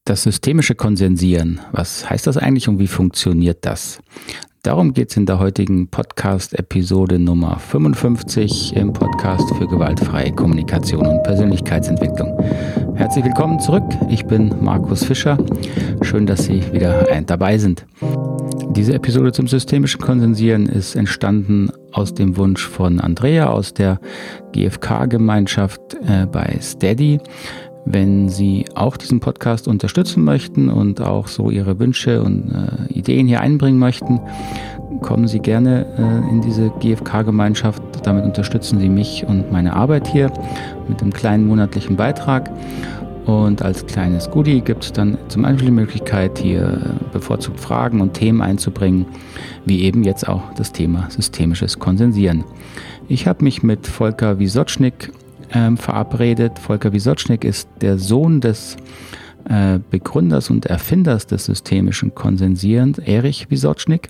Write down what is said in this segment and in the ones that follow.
Das systemische Konsensieren, was heißt das eigentlich und wie funktioniert das? Darum geht es in der heutigen Podcast-Episode Nummer 55 im Podcast für gewaltfreie Kommunikation und Persönlichkeitsentwicklung. Herzlich willkommen zurück, ich bin Markus Fischer. Schön, dass Sie wieder dabei sind. Diese Episode zum systemischen Konsensieren ist entstanden aus dem Wunsch von Andrea aus der GfK-Gemeinschaft bei Steady. Wenn Sie auch diesen Podcast unterstützen möchten und auch so Ihre Wünsche und Ideen hier einbringen möchten, kommen Sie gerne in diese GfK-Gemeinschaft. Damit unterstützen Sie mich und meine Arbeit hier mit einem kleinen monatlichen Beitrag. Und als kleines Goodie gibt es dann zum Beispiel die Möglichkeit, hier bevorzugt Fragen und Themen einzubringen, wie eben jetzt auch das Thema systemisches Konsensieren. Ich habe mich mit Volker Wisotschnik verabredet. Volker Wisotschnik ist der Sohn des Begründers und Erfinders des systemischen Konsensierens, Erich Wisotschnik.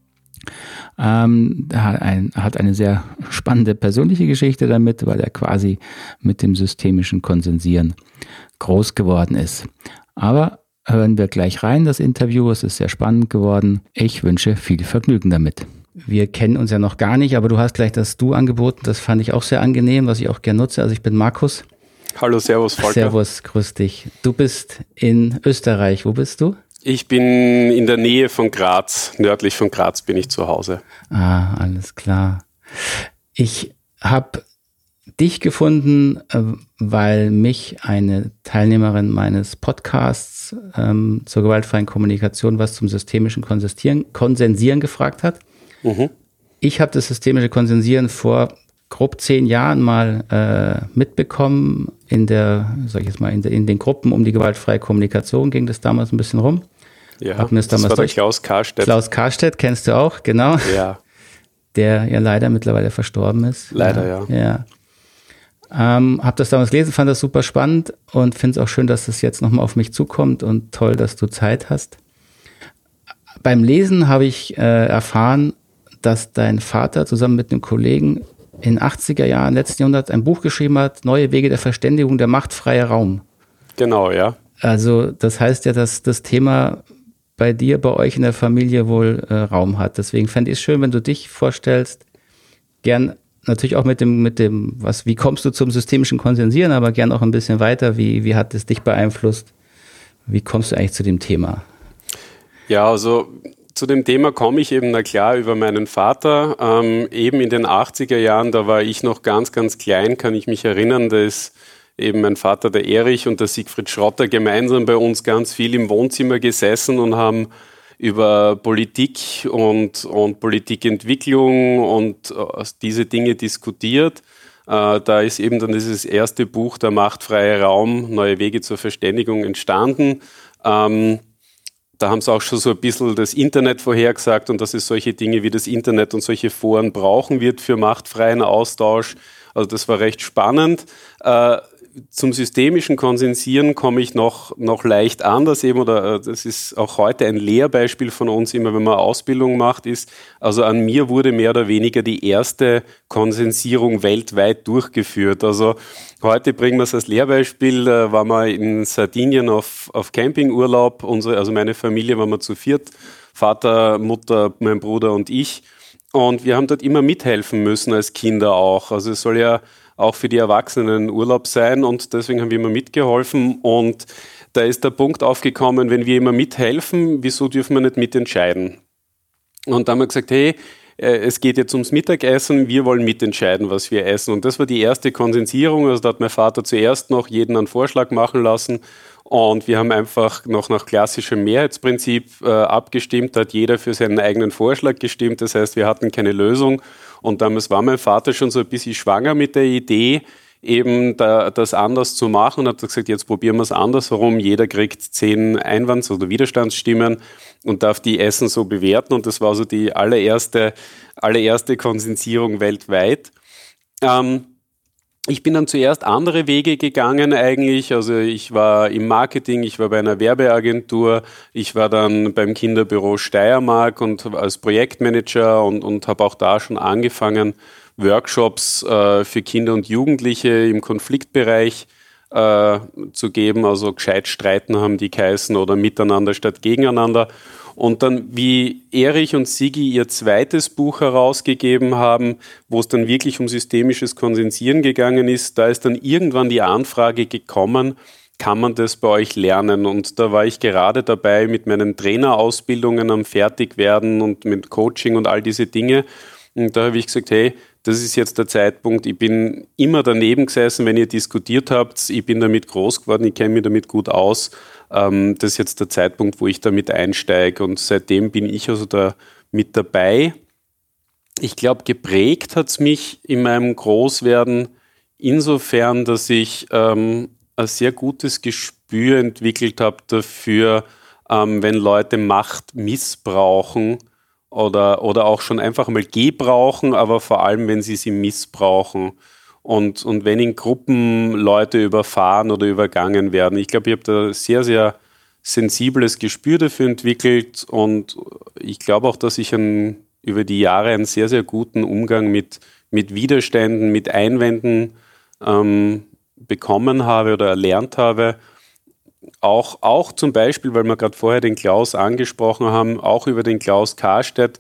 Er hat eine sehr spannende persönliche Geschichte damit, weil er quasi mit dem systemischen Konsensieren groß geworden ist. Aber hören wir gleich rein, das Interview. Es ist sehr spannend geworden. Ich wünsche viel Vergnügen damit. Wir kennen uns ja noch gar nicht, aber du hast gleich das Du angeboten. Das fand ich auch sehr angenehm, was ich auch gerne nutze. Also ich bin Markus. Hallo, servus Volker. Servus, grüß dich. Du bist in Österreich. Wo bist du? Ich bin in der Nähe von Graz. Nördlich von Graz bin ich zu Hause. Ah, alles klar. Ich habe dich gefunden, weil mich eine Teilnehmerin meines Podcasts zur gewaltfreien Kommunikation was zum systemischen Konsensieren gefragt hat. Mhm. Ich habe das systemische Konsensieren vor grob 10 Jahren mal mitbekommen. In den Gruppen um die gewaltfreie Kommunikation ging das damals ein bisschen rum. Ja, das war der Klaus Karstedt. Klaus Karstedt kennst du auch, genau. Ja. Der ja leider mittlerweile verstorben ist. Leider, ja. Hab das damals gelesen, fand das super spannend und finde es auch schön, dass es jetzt nochmal auf mich zukommt und toll, dass du Zeit hast. Beim Lesen habe ich erfahren, dass dein Vater zusammen mit einem Kollegen in 80er Jahren letzten Jahrhunderts ein Buch geschrieben hat, Neue Wege der Verständigung, der machtfreie Raum. Genau, ja. Also das heißt ja, dass das Thema bei dir, bei euch in der Familie wohl Raum hat. Deswegen fände ich es schön, wenn du dich vorstellst. Gern natürlich auch mit dem, wie kommst du zum systemischen Konsensieren, aber gern auch ein bisschen weiter. Wie hat es dich beeinflusst? Wie kommst du eigentlich zu dem Thema? Ja, also zu dem Thema komme ich eben, na klar, über meinen Vater. Eben in den 80er Jahren, da war ich noch ganz, ganz klein, kann ich mich erinnern, da ist eben mein Vater, der Erich, und der Siegfried Schrotter gemeinsam bei uns ganz viel im Wohnzimmer gesessen und haben über Politik und Politikentwicklung und diese Dinge diskutiert. Da ist eben dann dieses erste Buch, Der machtfreie Raum, Neue Wege zur Verständigung, entstanden. Da haben sie auch schon so ein bisschen das Internet vorhergesagt und dass es solche Dinge wie das Internet und solche Foren brauchen wird für machtfreien Austausch. Also das war recht spannend. Zum systemischen Konsensieren komme ich noch leicht anders eben, oder das ist auch heute ein Lehrbeispiel von uns, immer wenn man Ausbildung macht, ist, also an mir wurde mehr oder weniger die erste Konsensierung weltweit durchgeführt. Also heute bringen wir es als Lehrbeispiel, waren wir in Sardinien auf Campingurlaub, also meine Familie waren wir zu viert, Vater, Mutter, mein Bruder und ich, und wir haben dort immer mithelfen müssen als Kinder auch. Also es soll ja auch für die Erwachsenen Urlaub sein und deswegen haben wir immer mitgeholfen und da ist der Punkt aufgekommen, wenn wir immer mithelfen, wieso dürfen wir nicht mitentscheiden? Und da haben wir gesagt, hey, es geht jetzt ums Mittagessen, wir wollen mitentscheiden, was wir essen. Und das war die erste Konsensierung, also da hat mein Vater zuerst noch jeden einen Vorschlag machen lassen und wir haben einfach noch nach klassischem Mehrheitsprinzip abgestimmt, da hat jeder für seinen eigenen Vorschlag gestimmt, das heißt, wir hatten keine Lösung. Und damals war mein Vater schon so ein bisschen schwanger mit der Idee, eben das anders zu machen und hat gesagt, jetzt probieren wir es andersherum. Jeder kriegt 10 Einwands- oder Widerstandsstimmen und darf die Essen so bewerten. Und das war so die allererste Konsensierung weltweit. Ich bin dann zuerst andere Wege gegangen eigentlich, also ich war im Marketing, ich war bei einer Werbeagentur, ich war dann beim Kinderbüro Steiermark und als Projektmanager und habe auch da schon angefangen, Workshops für Kinder und Jugendliche im Konfliktbereich zu geben, also gescheit streiten haben die geheißen oder miteinander statt gegeneinander. Und dann, wie Erich und Sigi ihr zweites Buch herausgegeben haben, wo es dann wirklich um systemisches Konsensieren gegangen ist, da ist dann irgendwann die Anfrage gekommen, kann man das bei euch lernen? Und da war ich gerade dabei mit meinen Trainerausbildungen am Fertigwerden und mit Coaching und all diese Dinge. Und da habe ich gesagt, hey, das ist jetzt der Zeitpunkt, ich bin immer daneben gesessen, wenn ihr diskutiert habt, ich bin damit groß geworden, ich kenne mich damit gut aus. Das ist jetzt der Zeitpunkt, wo ich damit einsteige und seitdem bin ich also da mit dabei. Ich glaube, geprägt hat es mich in meinem Großwerden insofern, dass ich ein sehr gutes Gespür entwickelt habe dafür, wenn Leute Macht missbrauchen oder auch schon einfach mal gebrauchen, aber vor allem, wenn sie missbrauchen. Und wenn in Gruppen Leute überfahren oder übergangen werden. Ich glaube, ich habe da sehr, sehr sensibles Gespür dafür entwickelt und ich glaube auch, dass ich über die Jahre einen sehr, sehr guten Umgang mit Widerständen, mit Einwänden bekommen habe oder erlernt habe. Auch zum Beispiel, weil wir gerade vorher den Klaus angesprochen haben, auch über den Klaus Karstedt,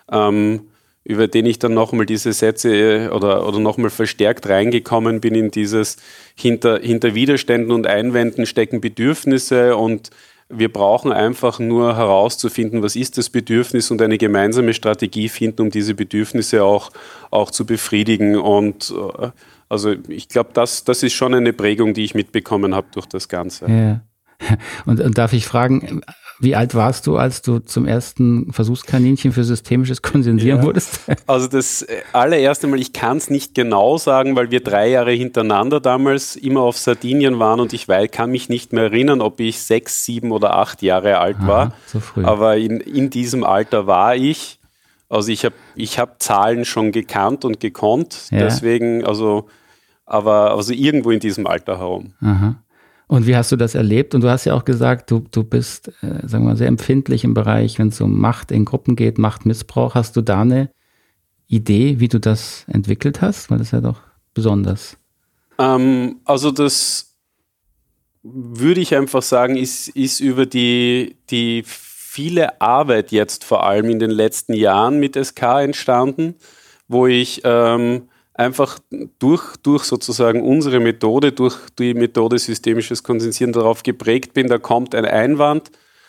über den ich dann nochmal diese Sätze oder nochmal verstärkt reingekommen bin in dieses hinter Widerständen und Einwänden stecken Bedürfnisse und wir brauchen einfach nur herauszufinden, was ist das Bedürfnis und eine gemeinsame Strategie finden, um diese Bedürfnisse auch zu befriedigen. Und also ich glaube, das ist schon eine Prägung, die ich mitbekommen habe durch das Ganze. Ja. Und darf ich fragen, wie alt warst du, als du zum ersten Versuchskaninchen für systemisches Konsensieren wurdest? Also das allererste Mal, ich kann es nicht genau sagen, weil wir 3 Jahre hintereinander damals immer auf Sardinien waren und ich kann mich nicht mehr erinnern, ob ich 6, 7 oder 8 Jahre alt war. So früh. Aber in diesem Alter war ich. Also ich hab Zahlen schon gekannt und gekonnt. Ja. Deswegen, also irgendwo in diesem Alter herum. Aha. Und wie hast du das erlebt? Und du hast ja auch gesagt, du bist, sagen wir mal, sehr empfindlich im Bereich, wenn es um Macht in Gruppen geht, Machtmissbrauch. Hast du da eine Idee, wie du das entwickelt hast? Weil das ist ja doch besonders. Also das würde ich einfach sagen, ist über die viele Arbeit jetzt vor allem in den letzten Jahren mit SK entstanden, wo ich einfach durch sozusagen unsere Methode, durch die Methode systemisches Konsensieren darauf geprägt bin, da kommt ein Einwand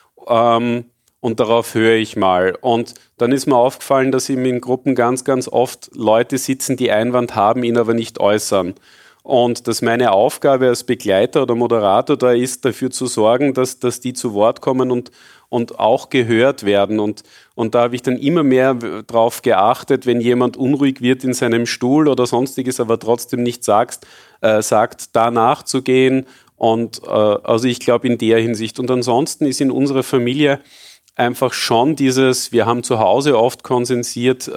und darauf höre ich mal. Und dann ist mir aufgefallen, dass eben in Gruppen ganz, ganz oft Leute sitzen, die Einwand haben, ihn aber nicht äußern. Und dass meine Aufgabe als Begleiter oder Moderator da ist, dafür zu sorgen, dass die zu Wort kommen und auch gehört werden. Und da habe ich dann immer mehr drauf geachtet, wenn jemand unruhig wird in seinem Stuhl oder sonstiges, aber trotzdem nicht sagt, da nachzugehen. Und also ich glaube in der Hinsicht. Und ansonsten ist in unserer Familie einfach schon wir haben zu Hause oft konsensiert,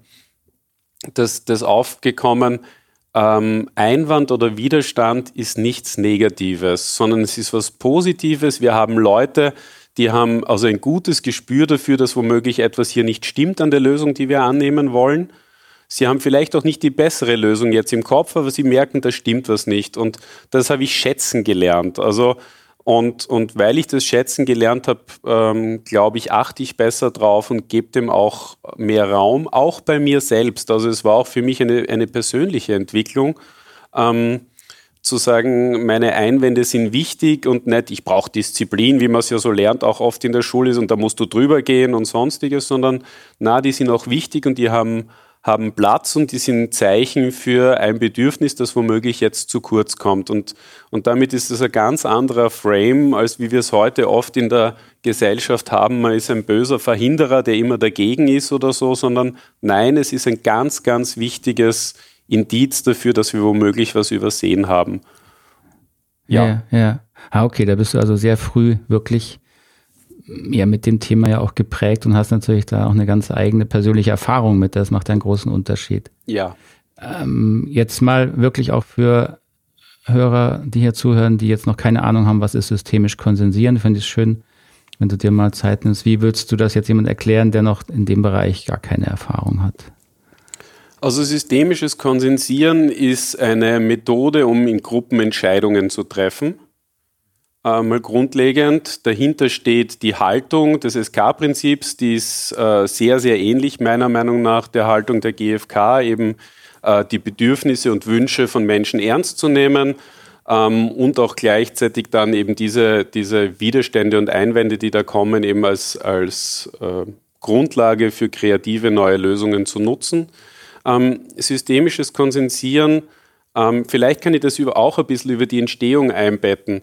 das aufgekommen, Einwand oder Widerstand ist nichts Negatives, sondern es ist was Positives. Wir haben Leute, die haben also ein gutes Gespür dafür, dass womöglich etwas hier nicht stimmt an der Lösung, die wir annehmen wollen. Sie haben vielleicht auch nicht die bessere Lösung jetzt im Kopf, aber sie merken, da stimmt was nicht. Und das habe ich schätzen gelernt. Also und weil ich das schätzen gelernt habe, glaube ich, achte ich besser drauf und gebe dem auch mehr Raum, auch bei mir selbst. Also es war auch für mich eine persönliche Entwicklung, zu sagen, meine Einwände sind wichtig und nicht, ich brauche Disziplin, wie man es ja so lernt, auch oft in der Schule ist und da musst du drüber gehen und sonstiges, sondern die sind auch wichtig und die haben Platz und die sind Zeichen für ein Bedürfnis, das womöglich jetzt zu kurz kommt. Und damit ist es ein ganz anderer Frame, als wie wir es heute oft in der Gesellschaft haben. Man ist ein böser Verhinderer, der immer dagegen ist oder so, sondern nein, es ist ein ganz, ganz wichtiges Indiz dafür, dass wir womöglich was übersehen haben. Ja. Okay, da bist du also sehr früh wirklich mit dem Thema ja auch geprägt und hast natürlich da auch eine ganz eigene persönliche Erfahrung mit. Das macht einen großen Unterschied. Ja. Jetzt mal wirklich auch für Hörer, die hier zuhören, die jetzt noch keine Ahnung haben, was ist systemisch konsensieren, finde ich es schön, wenn du dir mal Zeit nimmst. Wie würdest du das jetzt jemand erklären, der noch in dem Bereich gar keine Erfahrung hat? Also systemisches Konsensieren ist eine Methode, um in Gruppen Entscheidungen zu treffen. Mal grundlegend, dahinter steht die Haltung des SK-Prinzips, die ist sehr, sehr ähnlich meiner Meinung nach der Haltung der GfK, eben die Bedürfnisse und Wünsche von Menschen ernst zu nehmen und auch gleichzeitig dann eben diese Widerstände und Einwände, die da kommen, eben als Grundlage für kreative neue Lösungen zu nutzen. Systemisches Konsensieren, vielleicht kann ich das auch ein bisschen über die Entstehung einbetten.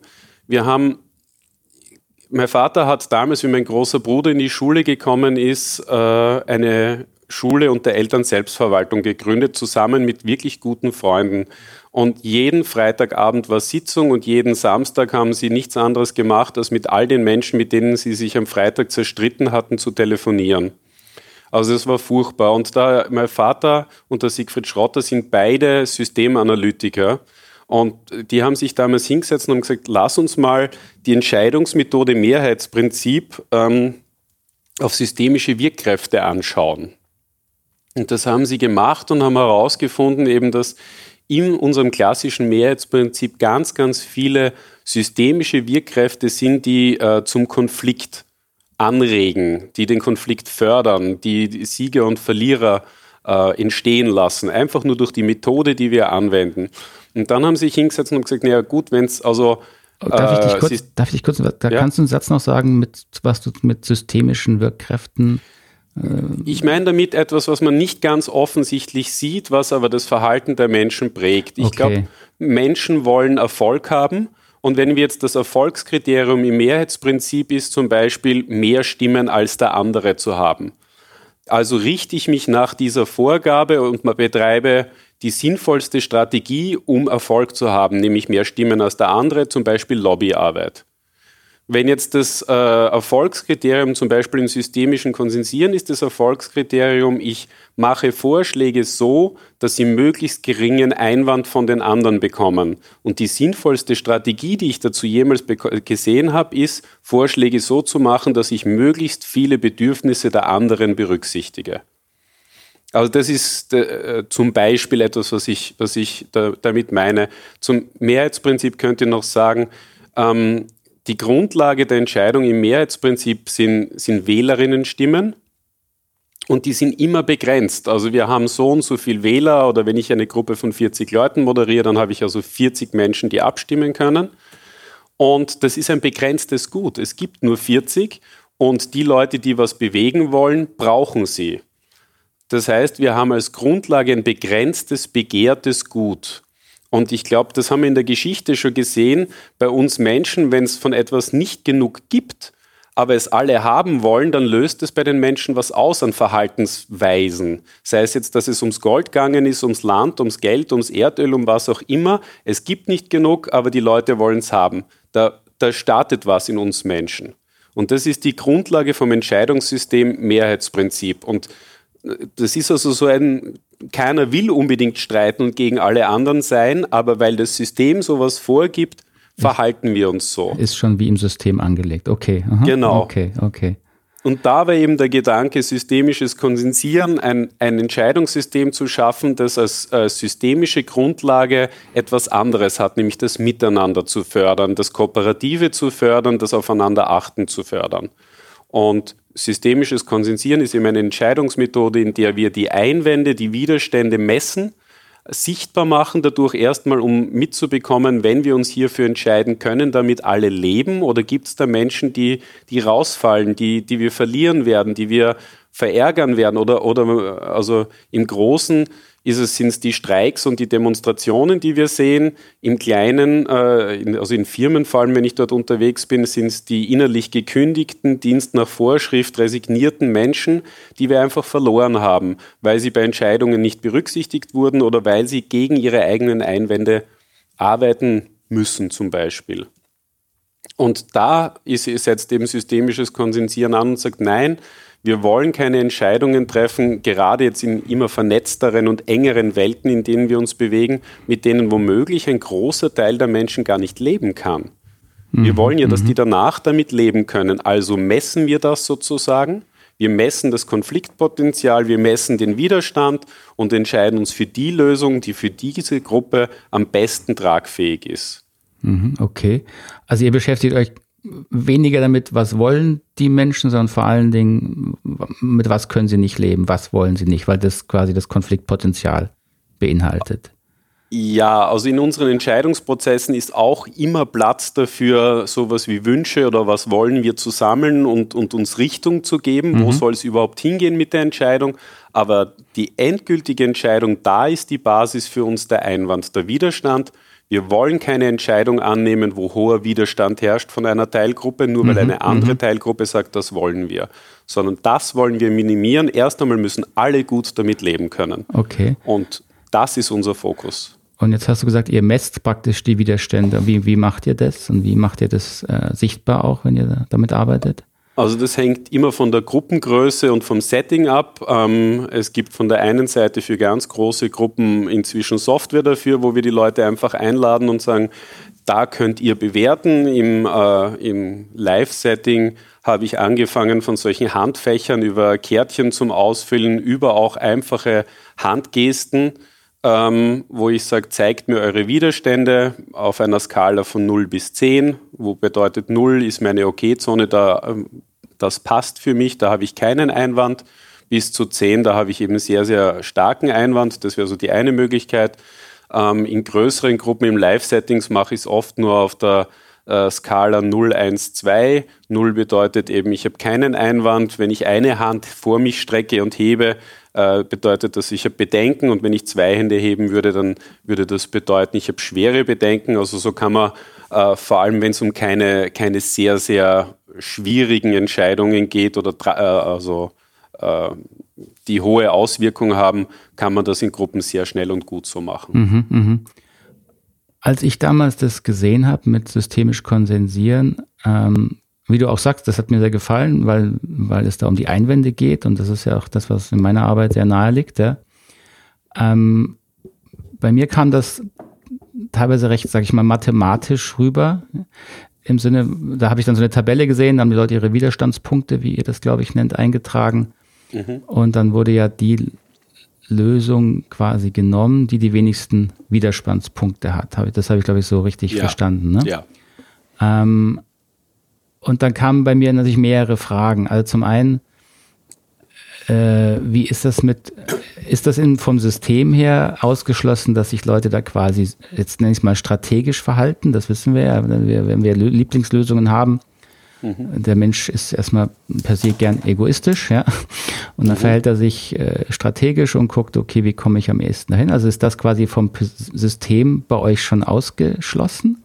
Mein Vater hat damals, wie mein großer Bruder in die Schule gekommen ist, eine Schule unter Eltern-Selbstverwaltung gegründet, zusammen mit wirklich guten Freunden. Und jeden Freitagabend war Sitzung und jeden Samstag haben sie nichts anderes gemacht, als mit all den Menschen, mit denen sie sich am Freitag zerstritten hatten, zu telefonieren. Also es war furchtbar. Und mein Vater und der Siegfried Schrotter sind beide Systemanalytiker. Und die haben sich damals hingesetzt und haben gesagt, lass uns mal die Entscheidungsmethode Mehrheitsprinzip auf systemische Wirkkräfte anschauen. Und das haben sie gemacht und haben herausgefunden, eben, dass in unserem klassischen Mehrheitsprinzip ganz, ganz viele systemische Wirkkräfte sind, die zum Konflikt anregen, die den Konflikt fördern, die Sieger und Verlierer entstehen lassen, einfach nur durch die Methode, die wir anwenden. Und dann haben sie sich hingesetzt und gesagt, naja gut, wenn es also... Darf ich dich kurz, ja? Kannst du einen Satz noch sagen, was du mit systemischen Wirkkräften... Ich meine damit etwas, was man nicht ganz offensichtlich sieht, was aber das Verhalten der Menschen prägt. Ich glaube, Menschen wollen Erfolg haben. Und wenn wir jetzt das Erfolgskriterium im Mehrheitsprinzip ist, zum Beispiel mehr Stimmen als der andere zu haben. Also richte ich mich nach dieser Vorgabe und betreibe die sinnvollste Strategie, um Erfolg zu haben, nämlich mehr Stimmen als der andere, zum Beispiel Lobbyarbeit. Wenn jetzt das Erfolgskriterium zum Beispiel im systemischen Konsensieren ist, das Erfolgskriterium, ich mache Vorschläge so, dass sie möglichst geringen Einwand von den anderen bekommen. Und die sinnvollste Strategie, die ich dazu jemals gesehen habe, ist, Vorschläge so zu machen, dass ich möglichst viele Bedürfnisse der anderen berücksichtige. Also das ist zum Beispiel etwas, was ich damit meine. Zum Mehrheitsprinzip könnt ihr noch sagen, die Grundlage der Entscheidung im Mehrheitsprinzip sind Wählerinnenstimmen und die sind immer begrenzt. Also wir haben so und so viel Wähler oder wenn ich eine Gruppe von 40 Leuten moderiere, dann habe ich also 40 Menschen, die abstimmen können. Und das ist ein begrenztes Gut. Es gibt nur 40 und die Leute, die was bewegen wollen, brauchen sie. Das heißt, wir haben als Grundlage ein begrenztes, begehrtes Gut. Und ich glaube, das haben wir in der Geschichte schon gesehen, bei uns Menschen, wenn es von etwas nicht genug gibt, aber es alle haben wollen, dann löst es bei den Menschen was aus an Verhaltensweisen. Sei es jetzt, dass es ums Gold gegangen ist, ums Land, ums Geld, ums Erdöl, um was auch immer. Es gibt nicht genug, aber die Leute wollen es haben. Da startet was in uns Menschen. Und das ist die Grundlage vom Entscheidungssystem Mehrheitsprinzip. Und das ist also so keiner will unbedingt streiten und gegen alle anderen sein, aber weil das System sowas vorgibt, verhalten wir uns so. Ist schon wie im System angelegt, okay. Aha. Genau. Okay. Und da war eben der Gedanke, systemisches Konsensieren, ein Entscheidungssystem zu schaffen, das als systemische Grundlage etwas anderes hat, nämlich das Miteinander zu fördern, das Kooperative zu fördern, das Aufeinanderachten zu fördern. Und systemisches Konsensieren ist eben eine Entscheidungsmethode, in der wir die Einwände, die Widerstände messen, sichtbar machen, dadurch erstmal, um mitzubekommen, wenn wir uns hierfür entscheiden, können damit alle leben oder gibt es da Menschen, die rausfallen, die wir verlieren werden, die wir verärgern werden oder also im Großen sind es die Streiks und die Demonstrationen, die wir sehen. Im Kleinen, also in Firmen vor allem, wenn ich dort unterwegs bin, sind es die innerlich gekündigten, Dienst nach Vorschrift resignierten Menschen, die wir einfach verloren haben, weil sie bei Entscheidungen nicht berücksichtigt wurden oder weil sie gegen ihre eigenen Einwände arbeiten müssen zum Beispiel. Und da setzt eben systemisches Konsensieren an und sagt, nein, wir wollen keine Entscheidungen treffen, gerade jetzt in immer vernetzteren und engeren Welten, in denen wir uns bewegen, mit denen womöglich ein großer Teil der Menschen gar nicht leben kann. Wir wollen ja, dass die danach damit leben können. Also messen wir das sozusagen. Wir messen das Konfliktpotenzial, wir messen den Widerstand und entscheiden uns für die Lösung, die für diese Gruppe am besten tragfähig ist. Okay. Also ihr beschäftigt euch weniger damit, was wollen die Menschen, sondern vor allen Dingen, mit was können sie nicht leben, was wollen sie nicht, weil das quasi das Konfliktpotenzial beinhaltet. Ja, also in unseren Entscheidungsprozessen ist auch immer Platz dafür, sowas wie Wünsche oder was wollen wir zu sammeln und uns Richtung zu geben, wo soll es überhaupt hingehen mit der Entscheidung. Aber die endgültige Entscheidung, da ist die Basis für uns der Einwand, der Widerstand. Wir wollen keine Entscheidung annehmen, wo hoher Widerstand herrscht von einer Teilgruppe, nur weil eine andere Teilgruppe sagt, das wollen wir. Sondern das wollen wir minimieren. Erst einmal müssen alle gut damit leben können. Okay. Und das ist unser Fokus. Und jetzt hast du gesagt, ihr messt praktisch die Widerstände. Wie macht ihr das und wie macht ihr das sichtbar auch, wenn ihr damit arbeitet? Also das hängt immer von der Gruppengröße und vom Setting ab. Es gibt von der einen Seite für ganz große Gruppen inzwischen Software dafür, wo wir die Leute einfach einladen und sagen, da könnt ihr bewerten. Im Live-Setting habe ich angefangen von solchen Handfächern über Kärtchen zum Ausfüllen, über auch einfache Handgesten, wo ich sage, zeigt mir eure Widerstände auf einer Skala von 0 bis 10, wo bedeutet 0 ist meine Okay-Zone, das passt für mich, da habe ich keinen Einwand, bis zu 10, da habe ich eben sehr, sehr starken Einwand, das wäre so die eine Möglichkeit. In größeren Gruppen, im Live-Settings mache ich es oft nur auf der Skala 0, 1, 2. 0 bedeutet eben, ich habe keinen Einwand. Wenn ich eine Hand vor mich strecke und hebe, bedeutet das, ich habe Bedenken. Und wenn ich 2 Hände heben würde, dann würde das bedeuten, ich habe schwere Bedenken. Also so kann man, vor allem wenn es um keine sehr, sehr schwierigen Entscheidungen geht oder die hohe Auswirkungen haben, kann man das in Gruppen sehr schnell und gut so machen. Als ich damals das gesehen habe mit systemisch konsensieren, wie du auch sagst, das hat mir sehr gefallen, weil es da um die Einwände geht und das ist ja auch das, was in meiner Arbeit sehr nahe liegt. Ja. Bei mir kam das teilweise recht, sage ich mal, mathematisch rüber. Im Sinne, da habe ich dann so eine Tabelle gesehen, da haben die Leute ihre Widerstandspunkte, wie ihr das, glaube ich, nennt, eingetragen. Und dann wurde ja die Lösung quasi genommen, die wenigsten Widerstandspunkte hat. Das habe ich, glaube ich, so richtig verstanden. Ne? Ja. Und dann kamen bei mir natürlich mehrere Fragen. Also zum einen, wie ist das vom System her ausgeschlossen, dass sich Leute da quasi, jetzt nenne ich es mal, strategisch verhalten? Das wissen wir ja, wenn wir Lieblingslösungen haben. Der Mensch ist erstmal per se gern egoistisch, ja. Und dann verhält er sich strategisch und guckt, okay, wie komme ich am ehesten dahin? Also ist das quasi vom System bei euch schon ausgeschlossen?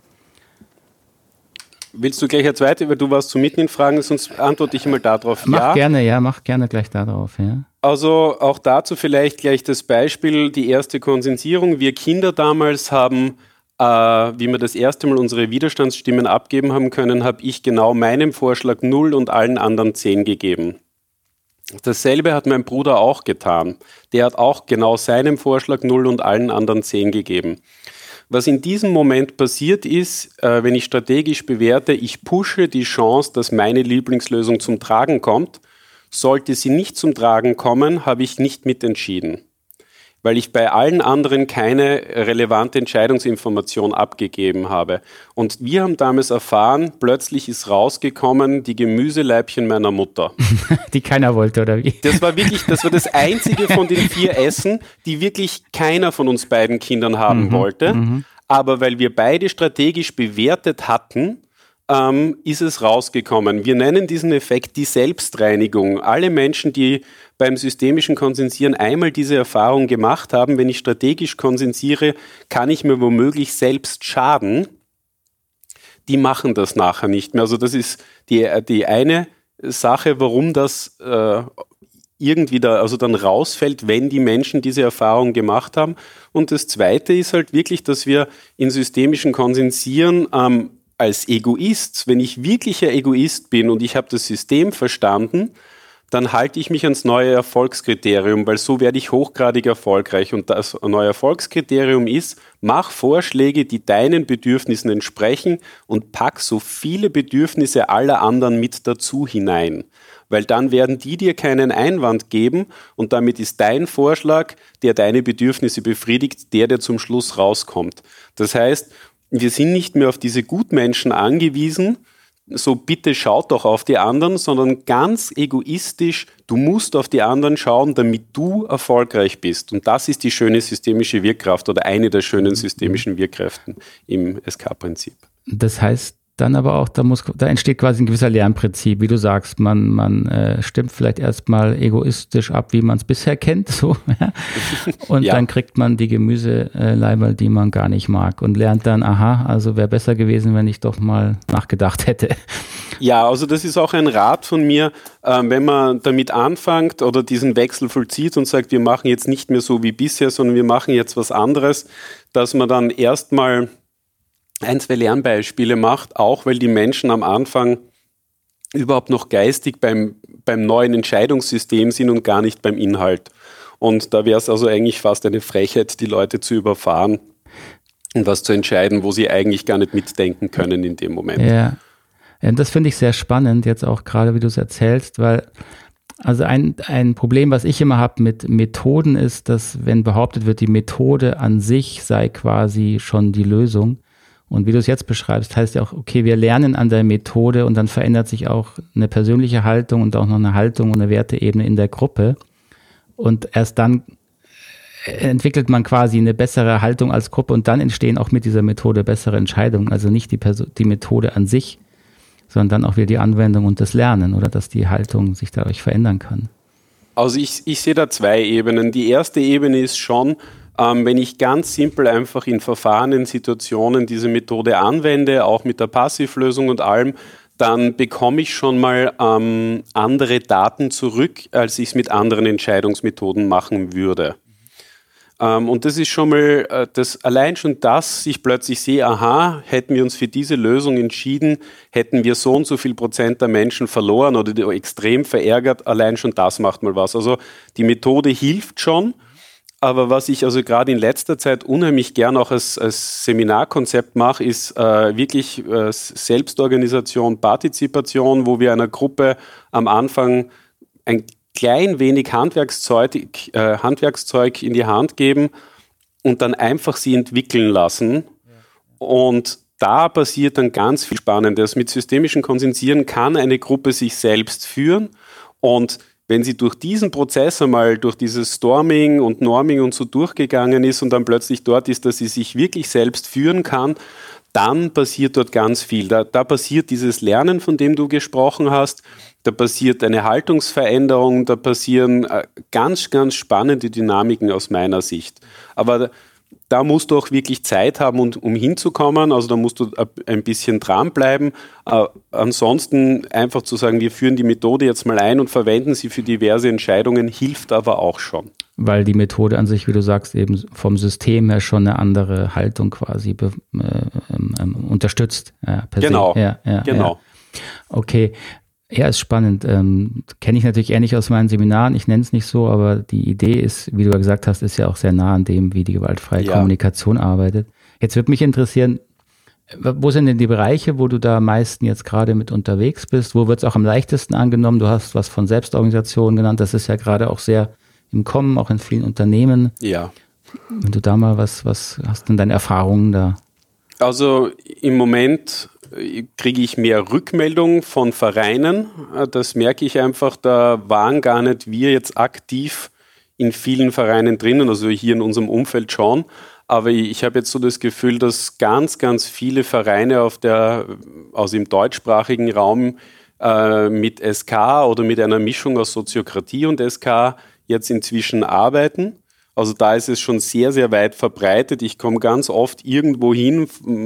Willst du gleich eine zweite, weil du warst so mitten in Fragen, sonst antworte ich mal darauf. Mach gerne gleich darauf, ja. Also auch dazu vielleicht gleich das Beispiel, die erste Konsensierung. Wir Kinder damals haben, wie wir das erste Mal unsere Widerstandsstimmen abgeben haben können, habe ich genau meinem Vorschlag 0 und allen anderen 10 gegeben. Dasselbe hat mein Bruder auch getan. Der hat auch genau seinem Vorschlag 0 und allen anderen 10 gegeben. Was in diesem Moment passiert ist, wenn ich strategisch bewerte, ich pushe die Chance, dass meine Lieblingslösung zum Tragen kommt. Sollte sie nicht zum Tragen kommen, habe ich nicht mitentschieden, weil ich bei allen anderen keine relevante Entscheidungsinformation abgegeben habe. Und wir haben damals erfahren, plötzlich ist rausgekommen, die Gemüseleibchen meiner Mutter. Die keiner wollte, oder wie? Das war das einzige von den 4 Essen, die wirklich keiner von uns beiden Kindern haben wollte. Aber weil wir beide strategisch bewertet hatten, ist es rausgekommen. Wir nennen diesen Effekt die Selbstreinigung. Alle Menschen, die beim systemischen Konsensieren einmal diese Erfahrung gemacht haben, wenn ich strategisch konsensiere, kann ich mir womöglich selbst schaden. Die machen das nachher nicht mehr. Also das ist die eine Sache, warum das irgendwie dann rausfällt, wenn die Menschen diese Erfahrung gemacht haben. Und das Zweite ist halt wirklich, dass wir in systemischen Konsensieren als Egoist, wenn ich wirklicher Egoist bin und ich habe das System verstanden, dann halte ich mich ans neue Erfolgskriterium, weil so werde ich hochgradig erfolgreich. Und das neue Erfolgskriterium ist, mach Vorschläge, die deinen Bedürfnissen entsprechen und pack so viele Bedürfnisse aller anderen mit dazu hinein. weil dann werden die dir keinen Einwand geben und damit ist dein Vorschlag, der deine Bedürfnisse befriedigt, der zum Schluss rauskommt. Das heißt, wir sind nicht mehr auf diese Gutmenschen angewiesen, so bitte schaut doch auf die anderen, sondern ganz egoistisch, du musst auf die anderen schauen, damit du erfolgreich bist. Und das ist die schöne systemische Wirkkraft oder eine der schönen systemischen Wirkkräften im SK-Prinzip. Das heißt dann aber auch, da entsteht quasi ein gewisser Lernprinzip, wie du sagst, man stimmt vielleicht erstmal egoistisch ab, wie man es bisher kennt, so, ja? Und dann kriegt man die Gemüseleiberl, die man gar nicht mag und lernt dann, aha, also wäre besser gewesen, wenn ich doch mal nachgedacht hätte. Ja, also das ist auch ein Rat von mir, wenn man damit anfängt oder diesen Wechsel vollzieht und sagt, wir machen jetzt nicht mehr so wie bisher, sondern wir machen jetzt was anderes, dass man dann erstmal 1, 2 Lernbeispiele macht, auch weil die Menschen am Anfang überhaupt noch geistig beim neuen Entscheidungssystem sind und gar nicht beim Inhalt. Und da wäre es also eigentlich fast eine Frechheit, die Leute zu überfahren und was zu entscheiden, wo sie eigentlich gar nicht mitdenken können in dem Moment. Ja, das finde ich sehr spannend, jetzt auch gerade, wie du es erzählst, weil also ein Problem, was ich immer habe mit Methoden ist, dass wenn behauptet wird, die Methode an sich sei quasi schon die Lösung. Und wie du es jetzt beschreibst, heißt ja auch, okay, wir lernen an der Methode und dann verändert sich auch eine persönliche Haltung und auch noch eine Haltung und eine Werteebene in der Gruppe. Und erst dann entwickelt man quasi eine bessere Haltung als Gruppe und dann entstehen auch mit dieser Methode bessere Entscheidungen. Also nicht die Methode an sich, sondern dann auch wieder die Anwendung und das Lernen oder dass die Haltung sich dadurch verändern kann. Also ich sehe da 2 Ebenen. Die erste Ebene ist schon, wenn ich ganz simpel einfach in verfahrenen Situationen diese Methode anwende, auch mit der Passivlösung und allem, dann bekomme ich schon mal andere Daten zurück, als ich es mit anderen Entscheidungsmethoden machen würde. Und das ist schon mal, allein schon das, ich plötzlich sehe, aha, hätten wir uns für diese Lösung entschieden, hätten wir so und so viel Prozent der Menschen verloren oder extrem verärgert, allein schon das macht mal was. Also die Methode hilft schon. Aber was ich also gerade in letzter Zeit unheimlich gern auch als Seminarkonzept mache, ist wirklich Selbstorganisation, Partizipation, wo wir einer Gruppe am Anfang ein klein wenig Handwerkszeug in die Hand geben und dann einfach sie entwickeln lassen. Und da passiert dann ganz viel Spannendes. Mit systemischem Konsensieren kann eine Gruppe sich selbst führen und wenn sie durch diesen Prozess einmal, durch dieses Storming und Norming und so durchgegangen ist und dann plötzlich dort ist, dass sie sich wirklich selbst führen kann, dann passiert dort ganz viel. Da passiert dieses Lernen, von dem du gesprochen hast, da passiert eine Haltungsveränderung, da passieren ganz, ganz spannende Dynamiken aus meiner Sicht. Aber da musst du auch wirklich Zeit haben, um hinzukommen. Also da musst du ein bisschen dranbleiben. Ansonsten einfach zu sagen, wir führen die Methode jetzt mal ein und verwenden sie für diverse Entscheidungen, hilft aber auch schon. Weil die Methode an sich, wie du sagst, eben vom System her schon eine andere Haltung quasi unterstützt. Genau, genau. Ja. Okay. Ja, ist spannend. Kenne ich natürlich ähnlich aus meinen Seminaren. Ich nenne es nicht so, aber die Idee ist, wie du ja gesagt hast, ist ja auch sehr nah an dem, wie die gewaltfreie Kommunikation arbeitet. Jetzt würde mich interessieren, wo sind denn die Bereiche, wo du da am meisten jetzt gerade mit unterwegs bist? Wo wird es auch am leichtesten angenommen? Du hast was von Selbstorganisation genannt. Das ist ja gerade auch sehr im Kommen, auch in vielen Unternehmen. Ja. Wenn du da mal was hast denn deine Erfahrungen da? Also im Moment kriege ich mehr Rückmeldungen von Vereinen. Das merke ich einfach, da waren gar nicht wir jetzt aktiv in vielen Vereinen drinnen, also hier in unserem Umfeld schon. Aber ich habe jetzt so das Gefühl, dass ganz, ganz viele Vereine aus dem deutschsprachigen Raum mit SK oder mit einer Mischung aus Soziokratie und SK jetzt inzwischen arbeiten. Also da ist es schon sehr, sehr weit verbreitet. Ich komme ganz oft irgendwo hin,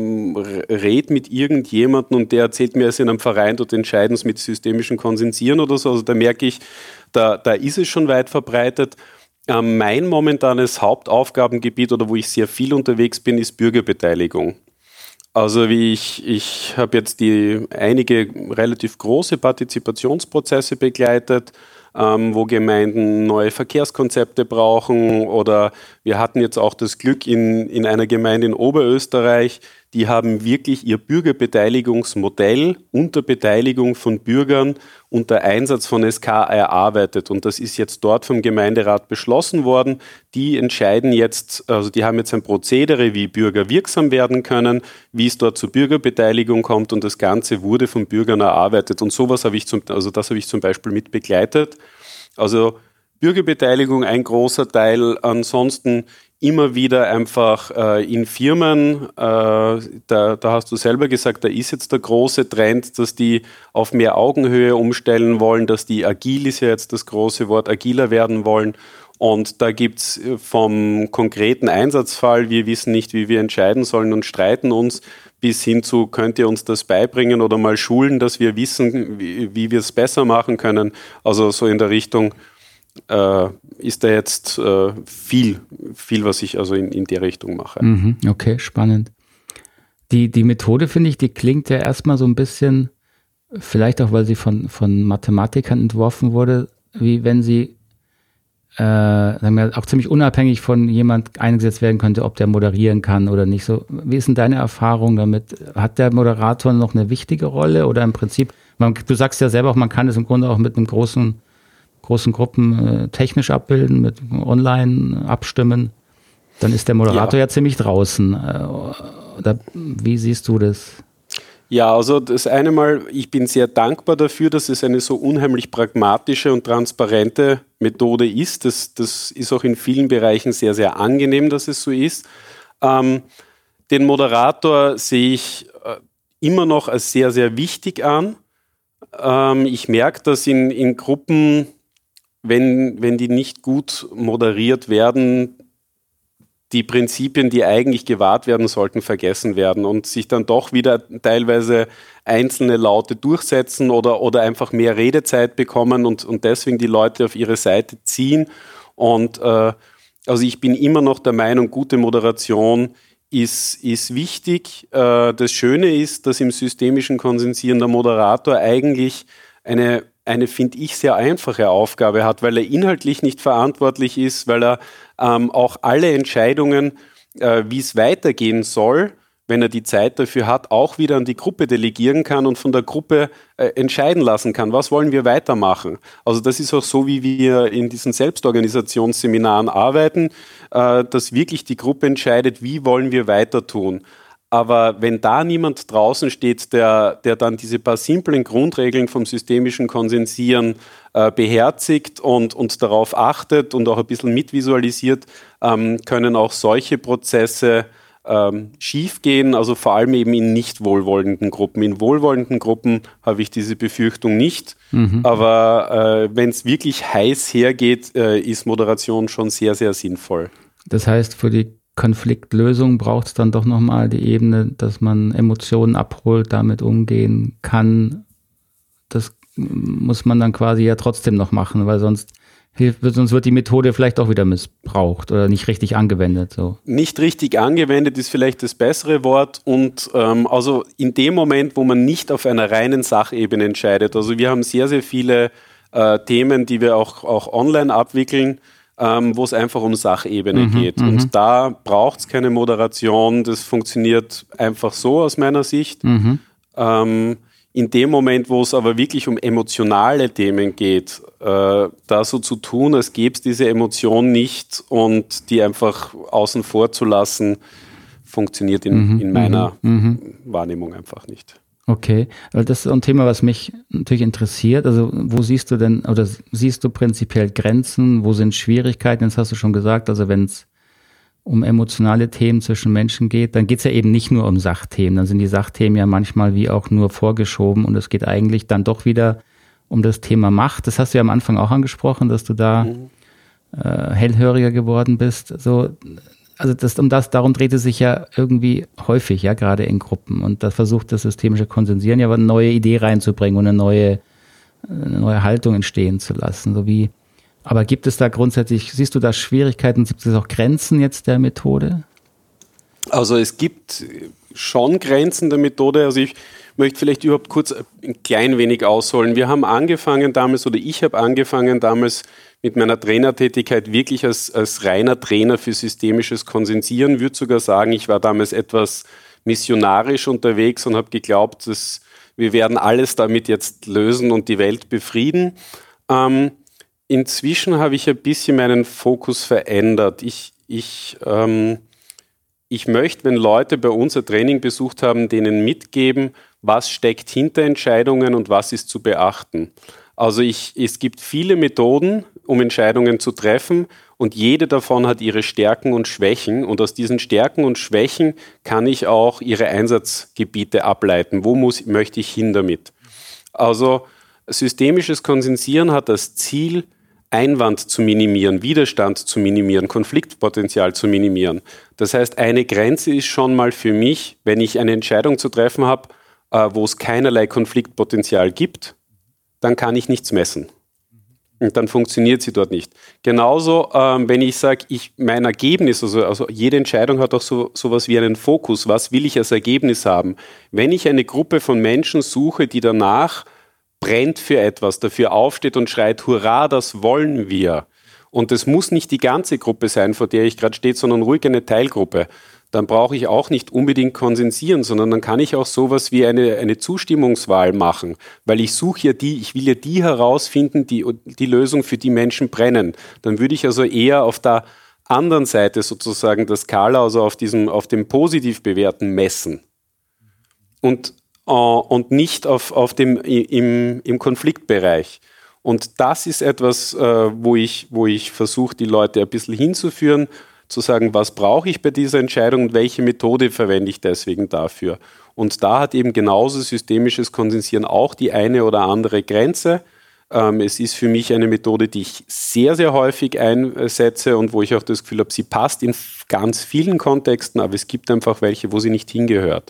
rede mit irgendjemandem und der erzählt mir, er ist in einem Verein, dort entscheiden sie mit systemischem Konsensieren oder so. Also da merke ich, da ist es schon weit verbreitet. Mein momentanes Hauptaufgabengebiet oder wo ich sehr viel unterwegs bin, ist Bürgerbeteiligung. Also ich habe jetzt einige relativ große Partizipationsprozesse begleitet, wo Gemeinden neue Verkehrskonzepte brauchen oder wir hatten jetzt auch das Glück in einer Gemeinde in Oberösterreich, die haben wirklich ihr Bürgerbeteiligungsmodell unter Beteiligung von Bürgern unter Einsatz von SK erarbeitet. Und das ist jetzt dort vom Gemeinderat beschlossen worden. Die entscheiden jetzt, also die haben jetzt ein Prozedere, wie Bürger wirksam werden können, wie es dort zur Bürgerbeteiligung kommt, und das Ganze wurde von Bürgern erarbeitet. Und sowas habe ich das habe ich zum Beispiel mit begleitet. Also Bürgerbeteiligung ein großer Teil, ansonsten immer wieder einfach in Firmen, da hast du selber gesagt, da ist jetzt der große Trend, dass die auf mehr Augenhöhe umstellen wollen, dass die agil ist ja jetzt das große Wort, agiler werden wollen. Und da gibt es vom konkreten Einsatzfall, wir wissen nicht, wie wir entscheiden sollen und streiten uns, bis hin zu, könnt ihr uns das beibringen oder mal schulen, dass wir wissen, wie wir es besser machen können. Also so in der Richtung ist da jetzt viel, was ich also in der Richtung mache. Okay, spannend. Die Methode, finde ich, die klingt ja erstmal so ein bisschen, vielleicht auch, weil sie von Mathematikern entworfen wurde, wie wenn sie sagen wir, auch ziemlich unabhängig von jemand eingesetzt werden könnte, ob der moderieren kann oder nicht. So, wie ist denn deine Erfahrung damit? Hat der Moderator noch eine wichtige Rolle oder im Prinzip, du sagst ja selber auch, man kann es im Grunde auch mit einem großen Gruppen technisch abbilden, mit online abstimmen, dann ist der Moderator ja ziemlich draußen. Oder wie siehst du das? Ja, also das eine Mal, ich bin sehr dankbar dafür, dass es eine so unheimlich pragmatische und transparente Methode ist. Das ist auch in vielen Bereichen sehr, sehr angenehm, dass es so ist. Den Moderator sehe ich immer noch als sehr, sehr wichtig an. Ich merke, dass in Gruppen, wenn die nicht gut moderiert werden, die Prinzipien, die eigentlich gewahrt werden sollten, vergessen werden und sich dann doch wieder teilweise einzelne Laute durchsetzen oder einfach mehr Redezeit bekommen und deswegen die Leute auf ihre Seite ziehen. Und also ich bin immer noch der Meinung, gute Moderation ist wichtig. Das Schöne ist, dass im systemischen Konsensieren der Moderator eigentlich eine finde ich, sehr einfache Aufgabe hat, weil er inhaltlich nicht verantwortlich ist, weil er auch alle Entscheidungen, wie es weitergehen soll, wenn er die Zeit dafür hat, auch wieder an die Gruppe delegieren kann und von der Gruppe entscheiden lassen kann, was wollen wir weitermachen. Also das ist auch so, wie wir in diesen Selbstorganisationsseminaren arbeiten, dass wirklich die Gruppe entscheidet, wie wollen wir weiter tun. Aber wenn da niemand draußen steht, der dann diese paar simplen Grundregeln vom systemischen Konsensieren beherzigt und darauf achtet und auch ein bisschen mitvisualisiert, können auch solche Prozesse schiefgehen, also vor allem eben in nicht wohlwollenden Gruppen. In wohlwollenden Gruppen habe ich diese Befürchtung nicht, aber wenn es wirklich heiß hergeht, ist Moderation schon sehr, sehr sinnvoll. Das heißt, für die Konfliktlösung braucht es dann doch nochmal die Ebene, dass man Emotionen abholt, damit umgehen kann. Das muss man dann quasi ja trotzdem noch machen, weil sonst wird die Methode vielleicht auch wieder missbraucht oder nicht richtig angewendet. So. Nicht richtig angewendet ist vielleicht das bessere Wort und also in dem Moment, wo man nicht auf einer reinen Sachebene entscheidet, also wir haben sehr, sehr viele Themen, die wir auch online abwickeln, wo es einfach um Sachebene geht. Und da braucht es keine Moderation, das funktioniert einfach so aus meiner Sicht. In dem Moment, wo es aber wirklich um emotionale Themen geht, da so zu tun, als gäbe es diese Emotion nicht und die einfach außen vor zu lassen, funktioniert in meiner Wahrnehmung einfach nicht. Okay, weil das ist ein Thema, was mich natürlich interessiert. Also wo siehst du denn, oder siehst du prinzipiell Grenzen, wo sind Schwierigkeiten? Das hast du schon gesagt, also wenn es um emotionale Themen zwischen Menschen geht, dann geht es ja eben nicht nur um Sachthemen. Dann sind die Sachthemen ja manchmal wie auch nur vorgeschoben und es geht eigentlich dann doch wieder um das Thema Macht. Das hast du ja am Anfang auch angesprochen, dass du da hellhöriger geworden bist. So, also darum dreht es sich ja irgendwie häufig, ja, gerade in Gruppen. Und da versucht das systemische Konsensieren ja eine neue Idee reinzubringen und eine neue Haltung entstehen zu lassen. Aber gibt es da grundsätzlich, siehst du da Schwierigkeiten, gibt es auch Grenzen jetzt der Methode? Also es gibt schon Grenzen der Methode. Also ich möchte vielleicht überhaupt kurz ein klein wenig ausholen. Wir haben angefangen damals, oder ich habe angefangen damals mit meiner Trainertätigkeit wirklich als reiner Trainer für systemisches Konsensieren. Ich würde sogar sagen, ich war damals etwas missionarisch unterwegs und habe geglaubt, dass wir werden alles damit jetzt lösen und die Welt befrieden. Inzwischen habe ich ein bisschen meinen Fokus verändert. Ich möchte, wenn Leute bei uns ein Training besucht haben, denen mitgeben, was steckt hinter Entscheidungen und was ist zu beachten. Also es gibt viele Methoden, um Entscheidungen zu treffen, und jede davon hat ihre Stärken und Schwächen, und aus diesen Stärken und Schwächen kann ich auch ihre Einsatzgebiete ableiten. Wo möchte ich hin damit? Also systemisches Konsensieren hat das Ziel, Einwand zu minimieren, Widerstand zu minimieren, Konfliktpotenzial zu minimieren. Das heißt, eine Grenze ist schon mal für mich, wenn ich eine Entscheidung zu treffen habe, wo es keinerlei Konfliktpotenzial gibt, dann kann ich nichts messen. Und dann funktioniert sie dort nicht. Genauso, wenn ich sage, mein Ergebnis, also jede Entscheidung hat auch sowas wie einen Fokus. Was will ich als Ergebnis haben? Wenn ich eine Gruppe von Menschen suche, die danach brennt für etwas, dafür aufsteht und schreit, hurra, das wollen wir. Und es muss nicht die ganze Gruppe sein, vor der ich gerade stehe, sondern ruhig eine Teilgruppe. Dann brauche ich auch nicht unbedingt konsensieren, sondern dann kann ich auch sowas wie eine Zustimmungswahl machen, weil ich will ja die herausfinden, die Lösung, für die Menschen brennen. Dann würde ich also eher auf der anderen Seite sozusagen der Skala, also auf dem positiv Bewerten messen. Und nicht im Konfliktbereich. Und das ist etwas, wo ich versuche, die Leute ein bisschen hinzuführen, zu sagen, was brauche ich bei dieser Entscheidung und welche Methode verwende ich deswegen dafür. Und da hat eben genauso systemisches Konsensieren auch die eine oder andere Grenze. Es ist für mich eine Methode, die ich sehr, sehr häufig einsetze und wo ich auch das Gefühl habe, sie passt in ganz vielen Kontexten, aber es gibt einfach welche, wo sie nicht hingehört.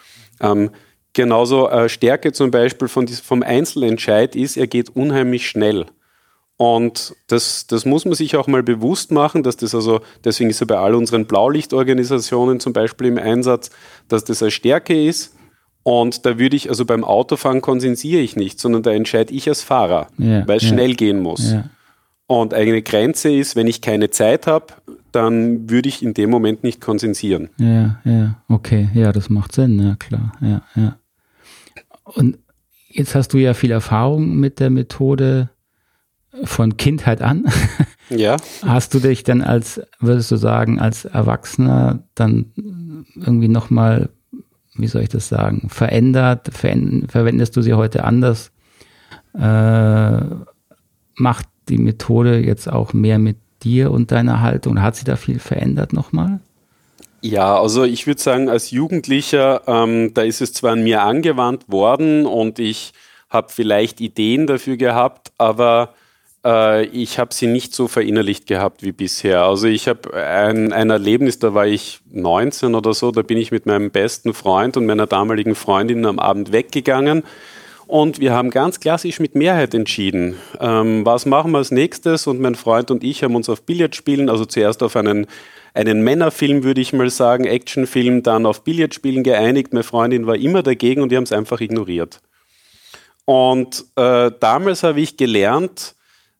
Genauso Stärke zum Beispiel vom Einzelentscheid ist, er geht unheimlich schnell. Und das muss man sich auch mal bewusst machen, dass das also, deswegen ist ja bei all unseren Blaulichtorganisationen zum Beispiel im Einsatz, dass das eine Stärke ist. Und da würde ich, also beim Autofahren konsensiere ich nicht, sondern da entscheide ich als Fahrer, weil es schnell gehen muss. Ja. Und eine Grenze ist, wenn ich keine Zeit habe, dann würde ich in dem Moment nicht konsensieren. Ja, okay, ja, das macht Sinn, ja klar, ja. Und jetzt hast du ja viel Erfahrung mit der Methode von Kindheit an. Ja. Hast du dich dann würdest du sagen, als Erwachsener dann irgendwie nochmal, wie soll ich das sagen, verändert? Verwendest du sie heute anders? Macht die Methode jetzt auch mehr mit dir und deiner Haltung? Hat sie da viel verändert nochmal? Ja, also ich würde sagen, als Jugendlicher, da ist es zwar an mir angewandt worden und ich habe vielleicht Ideen dafür gehabt, aber ich habe sie nicht so verinnerlicht gehabt wie bisher. Also ich habe ein Erlebnis, da war ich 19 oder so, da bin ich mit meinem besten Freund und meiner damaligen Freundin am Abend weggegangen und wir haben ganz klassisch mit Mehrheit entschieden. Was machen wir als nächstes? Und mein Freund und ich haben uns auf Billardspielen, also zuerst auf einen Männerfilm, würde ich mal sagen, Actionfilm, dann auf Billardspielen geeinigt. Meine Freundin war immer dagegen und wir haben es einfach ignoriert. Und damals habe ich gelernt,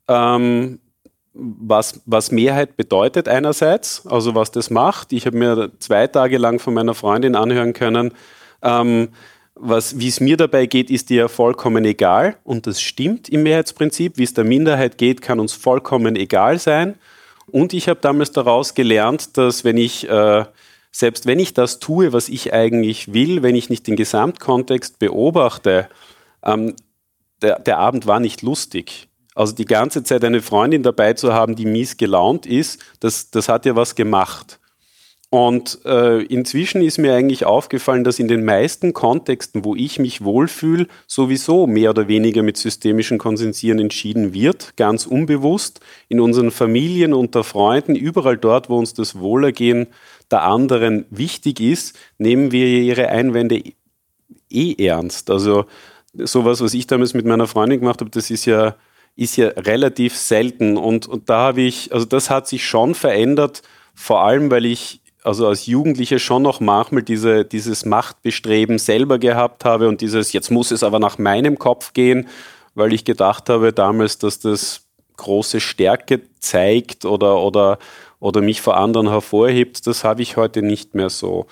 was Mehrheit bedeutet einerseits, also was das macht. Ich habe mir 2 Tage lang von meiner Freundin anhören können, wie es mir dabei geht, ist dir vollkommen egal. Und das stimmt im Mehrheitsprinzip. Wie es der Minderheit geht, kann uns vollkommen egal sein. Und ich habe damals daraus gelernt, dass selbst wenn ich das tue, was ich eigentlich will, wenn ich nicht den Gesamtkontext beobachte, der Abend war nicht lustig. Also die ganze Zeit eine Freundin dabei zu haben, die mies gelaunt ist, das hat ja was gemacht. Und inzwischen ist mir eigentlich aufgefallen, dass in den meisten Kontexten, wo ich mich wohlfühle, sowieso mehr oder weniger mit systemischem Konsensieren entschieden wird, ganz unbewusst, in unseren Familien, unter Freunden, überall dort, wo uns das Wohlergehen der anderen wichtig ist, nehmen wir ihre Einwände ernst. Also sowas, was ich damals mit meiner Freundin gemacht habe, das ist ja relativ selten. Und da habe ich, also das hat sich schon verändert, vor allem, weil ich also als Jugendlicher schon noch manchmal dieses Machtbestreben selber gehabt habe und jetzt muss es aber nach meinem Kopf gehen, weil ich gedacht habe damals, dass das große Stärke zeigt oder mich vor anderen hervorhebt. Das habe ich heute nicht mehr so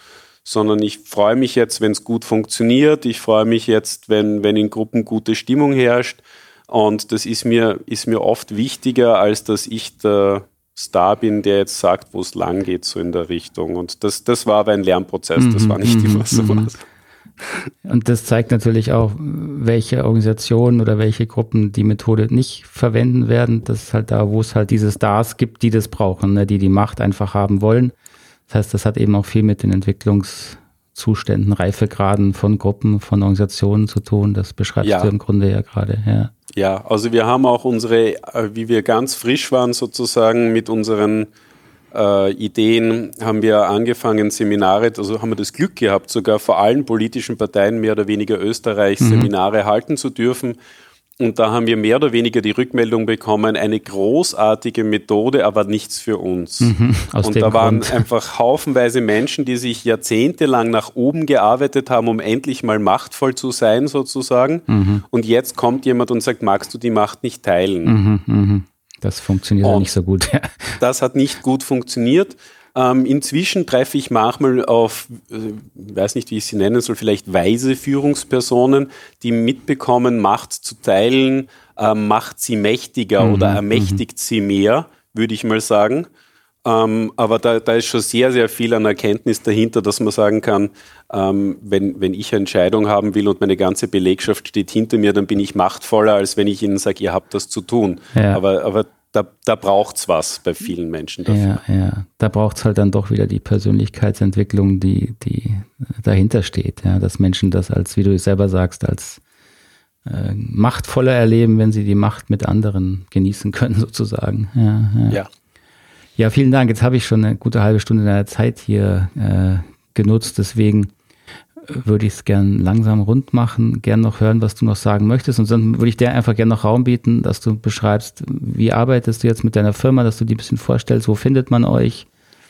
sondern ich freue mich jetzt, wenn es gut funktioniert. Ich freue mich jetzt, wenn in Gruppen gute Stimmung herrscht. Und das ist mir oft wichtiger, als dass ich der Star bin, der jetzt sagt, wo es lang geht, so in der Richtung. Und das war aber ein Lernprozess, das war nicht immer so was. Und das zeigt natürlich auch, welche Organisationen oder welche Gruppen die Methode nicht verwenden werden. Das ist halt da, wo es halt diese Stars gibt, die das brauchen, ne, die Macht einfach haben wollen. Das heißt, das hat eben auch viel mit den Entwicklungszuständen, Reifegraden von Gruppen, von Organisationen zu tun. Das beschreibst du im Grunde ja gerade. Ja. Ja, also wir haben auch unsere, wie wir ganz frisch waren sozusagen mit unseren Ideen, haben wir angefangen, Seminare, also haben wir das Glück gehabt, sogar vor allen politischen Parteien mehr oder weniger Österreichs Seminare halten zu dürfen. Und da haben wir mehr oder weniger die Rückmeldung bekommen, eine großartige Methode, aber nichts für uns. Und da waren einfach haufenweise Menschen, die sich jahrzehntelang nach oben gearbeitet haben, um endlich mal machtvoll zu sein sozusagen. Und jetzt kommt jemand und sagt, magst du die Macht nicht teilen? Das funktioniert ja nicht so gut. Das hat nicht gut funktioniert. Inzwischen treffe ich manchmal auf, weiß nicht, wie ich sie nennen soll, vielleicht weise Führungspersonen, die mitbekommen, Macht zu teilen, macht sie mächtiger oder ermächtigt sie mehr, würde ich mal sagen. Aber da ist schon sehr, sehr viel an Erkenntnis dahinter, dass man sagen kann, wenn ich eine Entscheidung haben will und meine ganze Belegschaft steht hinter mir, dann bin ich machtvoller, als wenn ich ihnen sage, ihr habt das zu tun. Ja. Aber da braucht es was bei vielen Menschen dafür. Ja. Da braucht es halt dann doch wieder die Persönlichkeitsentwicklung, die dahinter steht. Ja? Dass Menschen das als, wie du es selber sagst, als machtvoller erleben, wenn sie die Macht mit anderen genießen können, sozusagen. Ja, vielen Dank. Jetzt habe ich schon eine gute halbe Stunde deiner Zeit hier genutzt. Deswegen würde ich es gern langsam rund machen, gern noch hören, was du noch sagen möchtest. Und dann würde ich dir einfach gerne noch Raum bieten, dass du beschreibst, wie arbeitest du jetzt mit deiner Firma, dass du die ein bisschen vorstellst, wo findet man euch?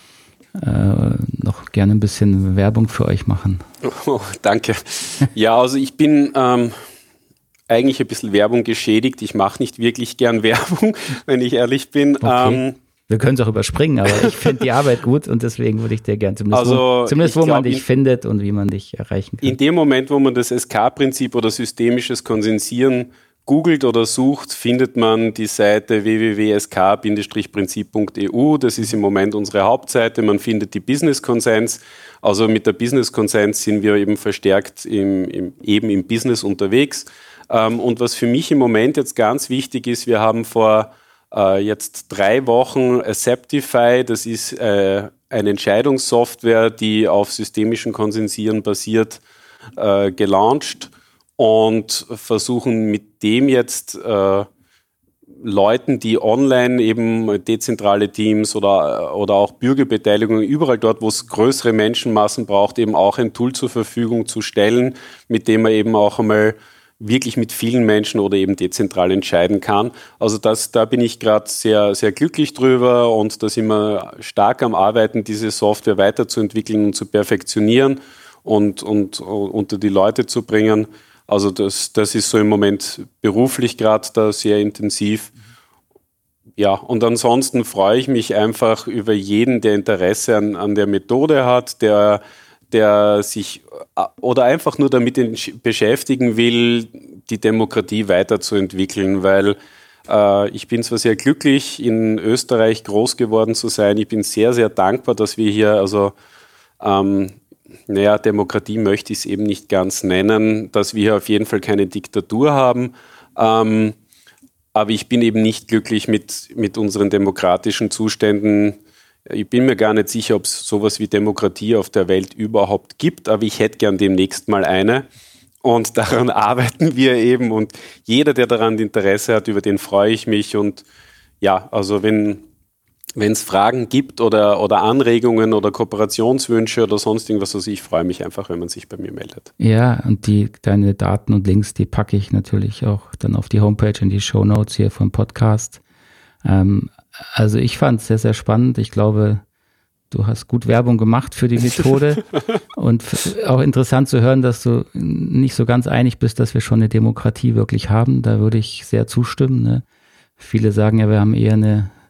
Noch gerne ein bisschen Werbung für euch machen. Oh, danke. Ja, also ich bin eigentlich ein bisschen Werbung geschädigt. Ich mache nicht wirklich gern Werbung, wenn ich ehrlich bin. Okay. Wir können es auch überspringen, aber ich finde die Arbeit gut und deswegen würde ich dir gerne zumindest wo man dich findet und wie man dich erreichen kann. In dem Moment, wo man das SK-Prinzip oder systemisches Konsensieren googelt oder sucht, findet man die Seite www.sk-prinzip.eu. Das ist im Moment unsere Hauptseite. Man findet die Business Consents. Also mit der Business Consents sind wir eben verstärkt im Business unterwegs. Und was für mich im Moment jetzt ganz wichtig ist, wir haben vor jetzt 3 Wochen Aceptify, das ist eine Entscheidungssoftware, die auf systemischen Konsensieren basiert, gelauncht und versuchen mit dem jetzt Leuten, die online eben dezentrale Teams oder auch Bürgerbeteiligung, überall dort, wo es größere Menschenmassen braucht, eben auch ein Tool zur Verfügung zu stellen, mit dem man eben auch einmal wirklich mit vielen Menschen oder eben dezentral entscheiden kann. Also da bin ich gerade sehr, sehr glücklich drüber und da sind wir stark am Arbeiten, diese Software weiterzuentwickeln und zu perfektionieren und unter die Leute zu bringen. Also das ist so im Moment beruflich gerade da sehr intensiv. Ja, und ansonsten freue ich mich einfach über jeden, der Interesse an der Methode hat, der sich oder einfach nur damit beschäftigen will, die Demokratie weiterzuentwickeln, weil ich bin zwar sehr glücklich, in Österreich groß geworden zu sein, ich bin sehr, sehr dankbar, dass wir hier, Demokratie möchte ich es eben nicht ganz nennen, dass wir hier auf jeden Fall keine Diktatur haben, aber ich bin eben nicht glücklich mit unseren demokratischen Zuständen. Ich bin mir gar nicht sicher, ob es sowas wie Demokratie auf der Welt überhaupt gibt, aber ich hätte gern demnächst mal eine. Und daran arbeiten wir eben. Und jeder, der daran Interesse hat, über den freue ich mich. Und ja, also wenn es Fragen gibt oder Anregungen oder Kooperationswünsche oder sonst irgendwas, also ich freue mich einfach, wenn man sich bei mir meldet. Ja, und deine Daten und Links, die packe ich natürlich auch dann auf die Homepage in die Shownotes hier vom Podcast. Also ich fand es sehr, sehr spannend. Ich glaube, du hast gut Werbung gemacht für die Methode und auch interessant zu hören, dass du nicht so ganz einig bist, dass wir schon eine Demokratie wirklich haben. Da würde ich sehr zustimmen. Ne? Viele sagen ja, wir haben eher eine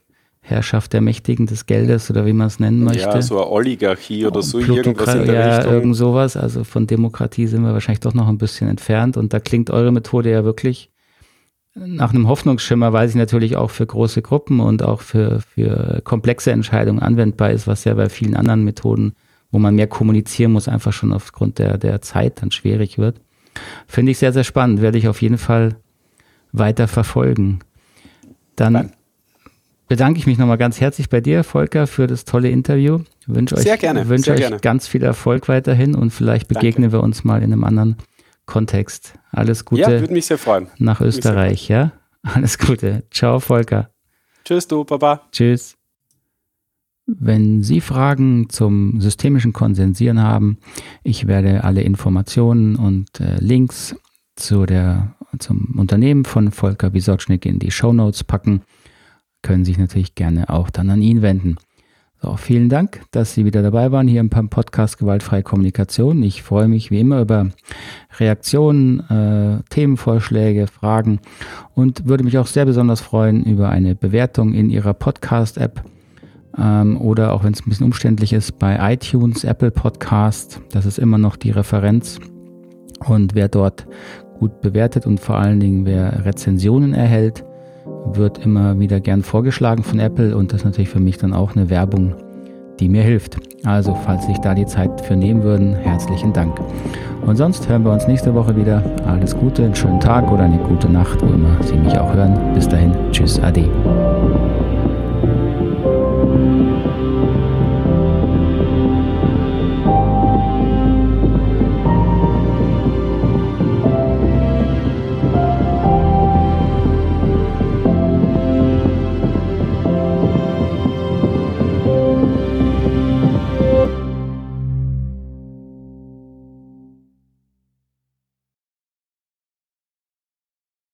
Herrschaft der Mächtigen des Geldes oder wie man es nennen möchte. Ja, so eine Oligarchie oder so, irgendwas in der der Richtung. Irgend sowas. Also von Demokratie sind wir wahrscheinlich doch noch ein bisschen entfernt. Und da klingt eure Methode ja wirklich nach einem Hoffnungsschimmer, weil sie natürlich auch für große Gruppen und auch für komplexe Entscheidungen anwendbar ist, was ja bei vielen anderen Methoden, wo man mehr kommunizieren muss, einfach schon aufgrund der Zeit dann schwierig wird. Finde ich sehr, sehr spannend. Werde ich auf jeden Fall weiter verfolgen. Dann bedanke ich mich nochmal ganz herzlich bei dir, Volker, für das tolle Interview. Wünsche euch ganz viel Erfolg weiterhin und vielleicht begegnen wir uns mal in einem anderen Kontext. Alles Gute. Ja, würde mich sehr freuen. Nach Österreich, ja? Alles Gute. Ciao, Volker. Tschüss, du, Baba. Tschüss. Wenn Sie Fragen zum systemischen Konsensieren haben, ich werde alle Informationen und Links zum Unternehmen von Volker Wisocznik in die Shownotes packen. Können sich natürlich gerne auch dann an ihn wenden. So, vielen Dank, dass Sie wieder dabei waren hier im Podcast Gewaltfreie Kommunikation. Ich freue mich wie immer über Reaktionen, Themenvorschläge, Fragen und würde mich auch sehr besonders freuen über eine Bewertung in Ihrer Podcast-App oder auch wenn es ein bisschen umständlich ist, bei iTunes, Apple Podcast. Das ist immer noch die Referenz. Und wer dort gut bewertet und vor allen Dingen wer Rezensionen erhält, wird immer wieder gern vorgeschlagen von Apple und das ist natürlich für mich dann auch eine Werbung, die mir hilft. Also, falls Sie sich da die Zeit für nehmen würden, herzlichen Dank. Und sonst hören wir uns nächste Woche wieder. Alles Gute, einen schönen Tag oder eine gute Nacht, wo immer Sie mich auch hören. Bis dahin, tschüss, ade.